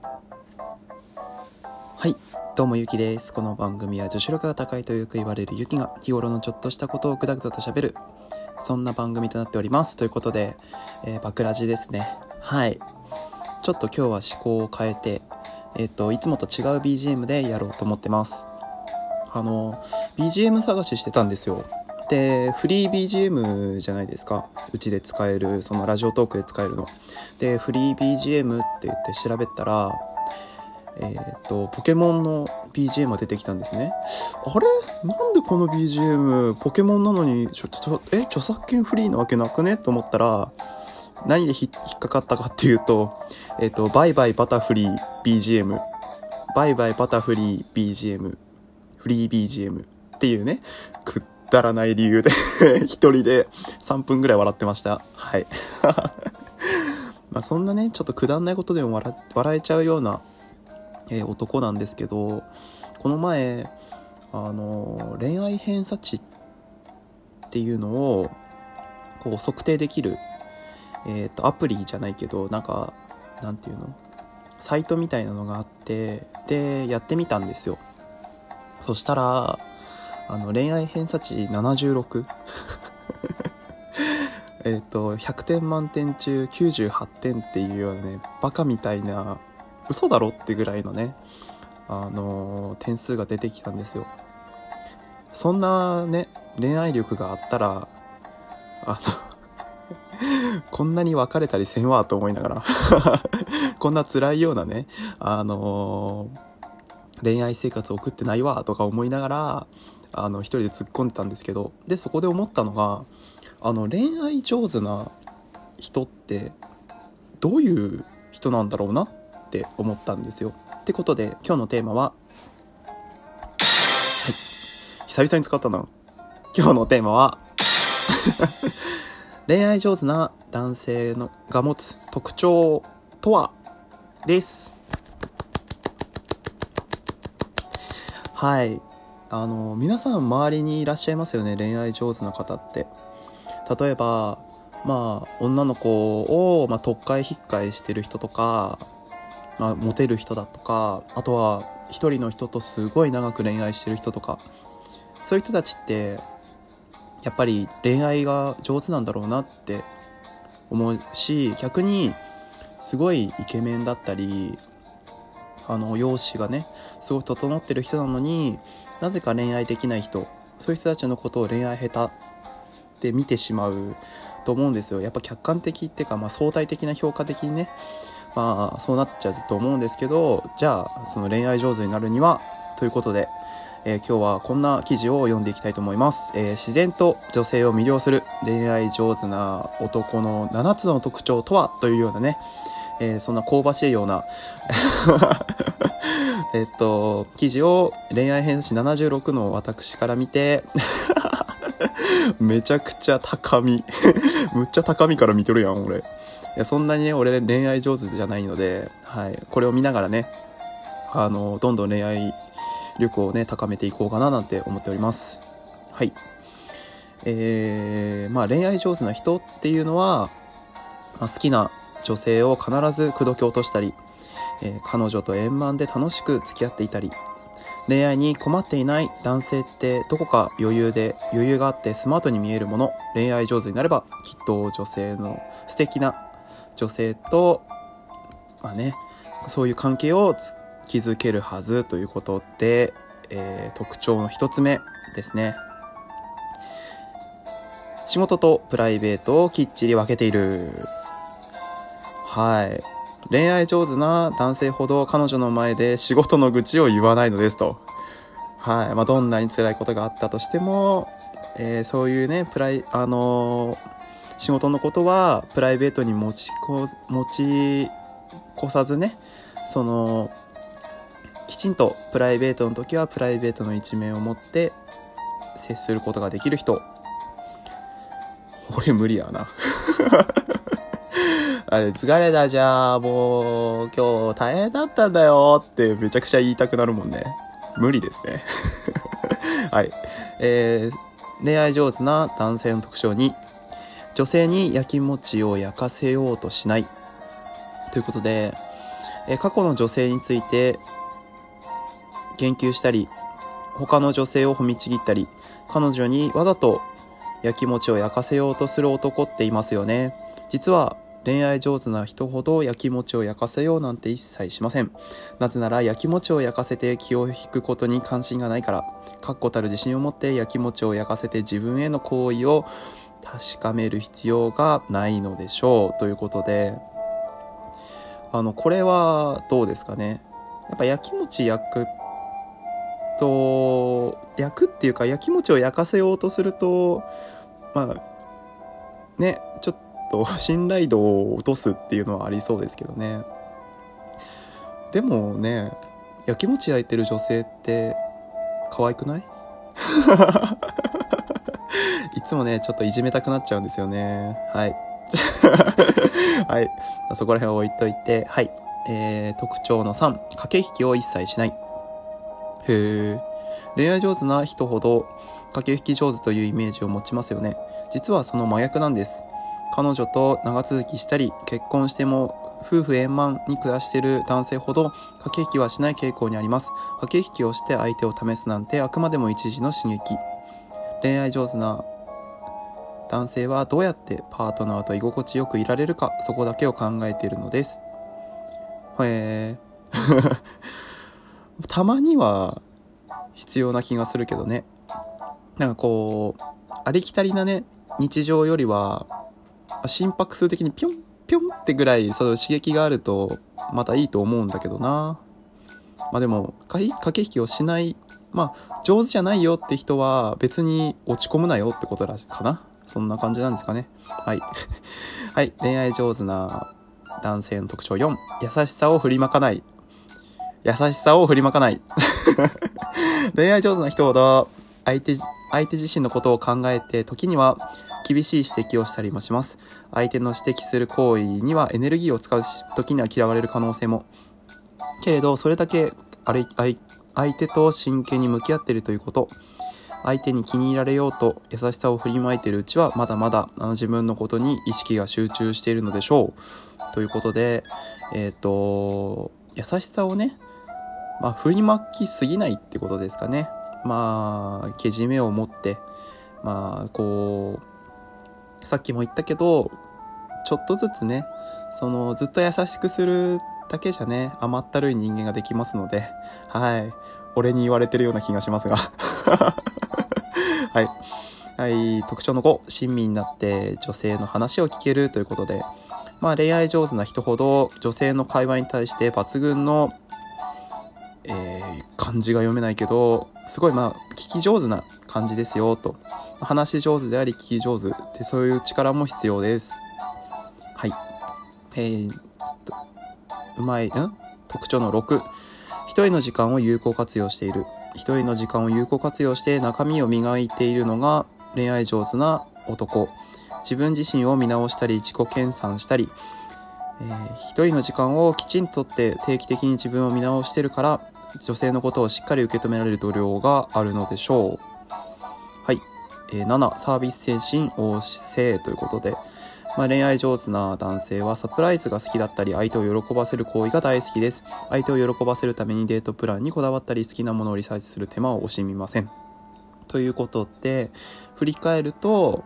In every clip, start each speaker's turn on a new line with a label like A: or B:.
A: はい、どうもゆきです。この番組は女子力が高いとよく言われるゆきが日頃のちょっとしたことをぐだぐだと喋る、そんな番組となっております。ということで、バクラジですね。はい、ちょっと今日は思考を変えて、いつもと違う BGM でやろうと思ってます。BGM 探ししてたんですよ。で、フリー BGM じゃないですか。うちで使える、そのラジオトークで使えるの。で、フリー BGM って言って調べたら、ポケモンの BGM が出てきたんですね。あれなんでこの BGM ポケモンなのに著作権フリーなわけなくねと思ったら、何で引っかかったかっていうと、バイバイバタフリー BGM、 バイバイバタフリー BGM、 フリー BGM っていうね、くだらない理由で一人で3分ぐらい笑ってました。はいまあそんなね、ちょっとくだんないことでも笑えちゃうような男なんですけど、この前恋愛偏差値っていうのをこう測定できる、アプリじゃないけど、なんていうの、サイトみたいなのがあって、でやってみたんですよ。そしたら恋愛偏差値76 100点満点中98点っていうようなね、バカみたいな、嘘だろってぐらいのね、点数が出てきたんですよ。そんなね、恋愛力があったらこんなに別れたりせんわと思いながらこんな辛いようなね、恋愛生活を送ってないわとか思いながら一人で突っ込んでたんですけど、でそこで思ったのが、恋愛上手な人ってどういう人なんだろうなって思ったんですよ。ってことで今日のテーマは、久々に使ったな。今日のテーマは恋愛上手な男性が持つ特徴とはです。はい、皆さん周りにいらっしゃいますよね、恋愛上手な方って。例えば女の子を、特会引っかえしてる人とか、モテる人だとか、あとは一人の人とすごい長く恋愛してる人とか、そういう人たちってやっぱり恋愛が上手なんだろうなって思うし、逆にすごいイケメンだったり容姿がねすごい整ってる人なのに、なぜか恋愛できない人、そういう人たちのことを恋愛下手って見てしまうと思うんですよ。やっぱ客観的っていうか、相対的な評価的にね、そうなっちゃうと思うんですけど、じゃあその恋愛上手になるにはということで、今日はこんな記事を読んでいきたいと思います。自然と女性を魅了する恋愛上手な男の7つの特徴とは、というようなね、そんな香ばしいような記事を恋愛偏差値76の私から見てめちゃくちゃ高みむっちゃ高みから見とるやん俺。いや、そんなにね俺恋愛上手じゃないので、はい、これを見ながらねどんどん恋愛力をね高めていこうかななんて思っております。はい。恋愛上手な人っていうのは、好きな女性を必ず口説き落としたり、彼女と円満で楽しく付き合っていたり、恋愛に困っていない男性ってどこか余裕があってスマートに見えるもの。恋愛上手になればきっと女性の素敵な女性とそういう関係を築けるはずということで、特徴の一つ目ですね。仕事とプライベートをきっちり分けている。はい。恋愛上手な男性ほど彼女の前で仕事の愚痴を言わないのですと。はい。どんなに辛いことがあったとしても、そういうね仕事のことはプライベートに持ち越さずね、きちんとプライベートの時はプライベートの一面を持って接することができる人。俺無理やな疲れた、じゃあもう今日大変だったんだよってめちゃくちゃ言いたくなるもんね。無理ですねはい。恋愛上手な男性の特徴に、女性にやきもちを焼かせようとしないということで、 過去の女性について言及したり、他の女性を褒めちぎったり、彼女にわざとやきもちを焼かせようとする男っていますよね。実は恋愛上手な人ほどやきもちを焼かせようなんて一切しません。なぜならやきもちを焼かせて気を引くことに関心がないから。確固たる自信を持ってやきもちを焼かせて自分への行為を確かめる必要がないのでしょう。ということで、これはどうですかね。やっぱやきもち焼くっていうか、やきもちを焼かせようとすると、まあね、ちょっと信頼度を落とすっていうのはありそうですけどね。でもね、やきもち焼いてる女性って可愛くない？いつもね、ちょっといじめたくなっちゃうんですよね。はい。はい。そこら辺を置いといて、はい。特徴の3、駆け引きを一切しない。へー。恋愛上手な人ほど駆け引き上手というイメージを持ちますよね。実はその真逆なんです。彼女と長続きしたり、結婚しても夫婦円満に暮らしている男性ほど駆け引きはしない傾向にあります。駆け引きをして相手を試すなんてあくまでも一時の刺激。恋愛上手な男性はどうやってパートナーと居心地よくいられるか、そこだけを考えているのです。へー。たまには必要な気がするけどね。なんかこう、ありきたりなね、日常よりは心拍数的にピョンピョンってぐらいその刺激があるとまたいいと思うんだけどな。まあでも駆け引きをしない、まあ上手じゃないよって人は別に落ち込むなよってことらしいかな。そんな感じなんですかね。はい。はい。恋愛上手な男性の特徴4、優しさを振りまかない。優しさを振りまかない。恋愛上手な人ほど相手自身のことを考えて、時には厳しい指摘をしたりもします。相手の指摘する行為にはエネルギーを使うし、時には嫌われる可能性も。けれど、それだけ相手と真剣に向き合っているということ。相手に気に入られようと優しさを振りまいているうちは、まだまだ自分のことに意識が集中しているのでしょう。ということで、優しさをね、振りまきすぎないってことですかね。けじめを持って、さっきも言ったけど、ちょっとずつね、ずっと優しくするだけじゃね、甘ったるい人間ができますので、はい。俺に言われてるような気がしますが。はい。はい。特徴の5、親身になって女性の話を聞けるということで、恋愛上手な人ほど女性の会話に対して抜群の漢字が読めないけど、すごい聞き上手な感じですよと。話し上手であり聞き上手ってそういう力も必要です。はい。特徴の6、一人の時間を有効活用している。一人の時間を有効活用して中身を磨いているのが恋愛上手な男。自分自身を見直したり自己研鑽したり、一人の時間をきちんとって定期的に自分を見直してるから女性のことをしっかり受け止められる度量があるのでしょう。はい。7、サービス精神旺盛ということで、恋愛上手な男性はサプライズが好きだったり相手を喜ばせる行為が大好きです。相手を喜ばせるためにデートプランにこだわったり好きなものをリサーチする手間を惜しみません。ということで振り返ると、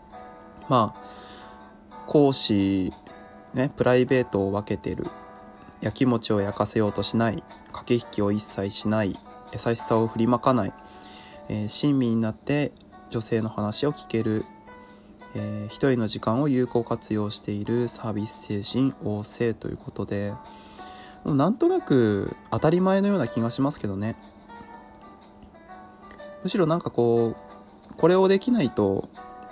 A: 講師ね、プライベートを分けてる、やきもちを焼かせようとしない、駆け引きを一切しない、優しさを振りまかない、親身になって女性の話を聞ける、一人の時間を有効活用している、サービス精神旺盛ということで、なんとなく当たり前のような気がしますけどね。むしろこれをできないと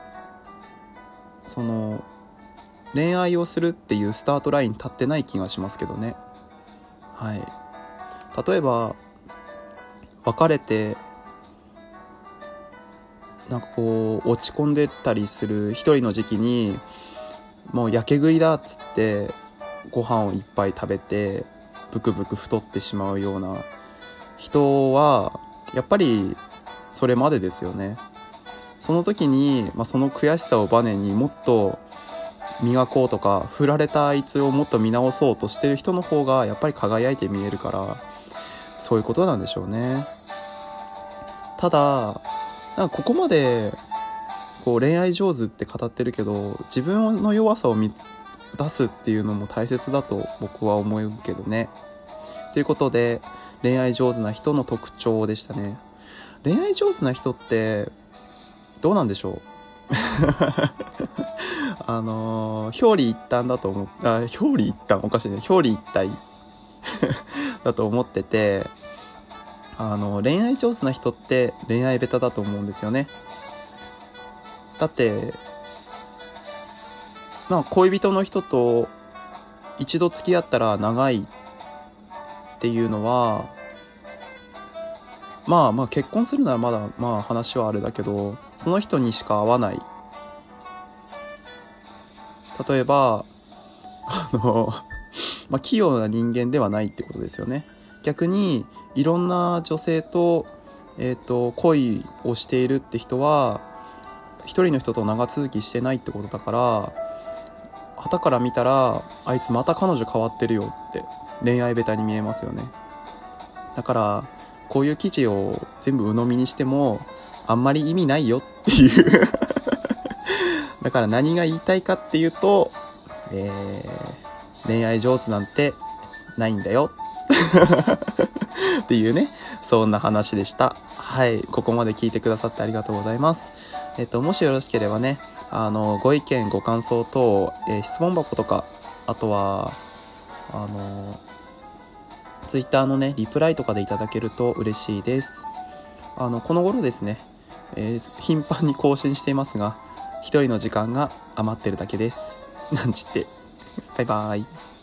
A: 恋愛をするっていうスタートライン立ってない気がしますけどね。はい。例えば別れて落ち込んでたりする一人の時期に、もうやけ食いだっつってご飯をいっぱい食べてブクブク太ってしまうような人はやっぱりそれまでですよね。その時に、その悔しさをバネにもっと磨こうとか、振られたあいつをもっと見直そうとしてる人の方がやっぱり輝いて見えるから、そういうことなんでしょうね。ただなんかここまでこう恋愛上手って語ってるけど、自分の弱さを出すっていうのも大切だと僕は思うけどね。ということで、恋愛上手な人の特徴でしたね。恋愛上手な人ってどうなんでしょう表裏一体だと思う。表裏一体おかしいね。表裏一体だと思ってて、恋愛上手な人って恋愛ベタだと思うんですよね。だって恋人の人と一度付き合ったら長いっていうのは、結婚するならまだ話はあれだけど、その人にしか会わない。例えば器用な人間ではないってことですよね。逆にいろんな女性と、恋をしているって人は一人の人と長続きしてないってことだから、傍から見たらあいつまた彼女変わってるよって恋愛ベタに見えますよね。だからこういう記事を全部鵜呑みにしてもあんまり意味ないよっていうだから何が言いたいかっていうと、恋愛上手なんてないんだよっていうね、そんな話でした。はい、ここまで聞いてくださってありがとうございます。もしよろしければね、ご意見ご感想等、質問箱とか、あとはツイッターのねリプライとかでいただけると嬉しいです。この頃ですね、頻繁に更新していますが、一人の時間が余ってるだけです。なんちって。バイバイ。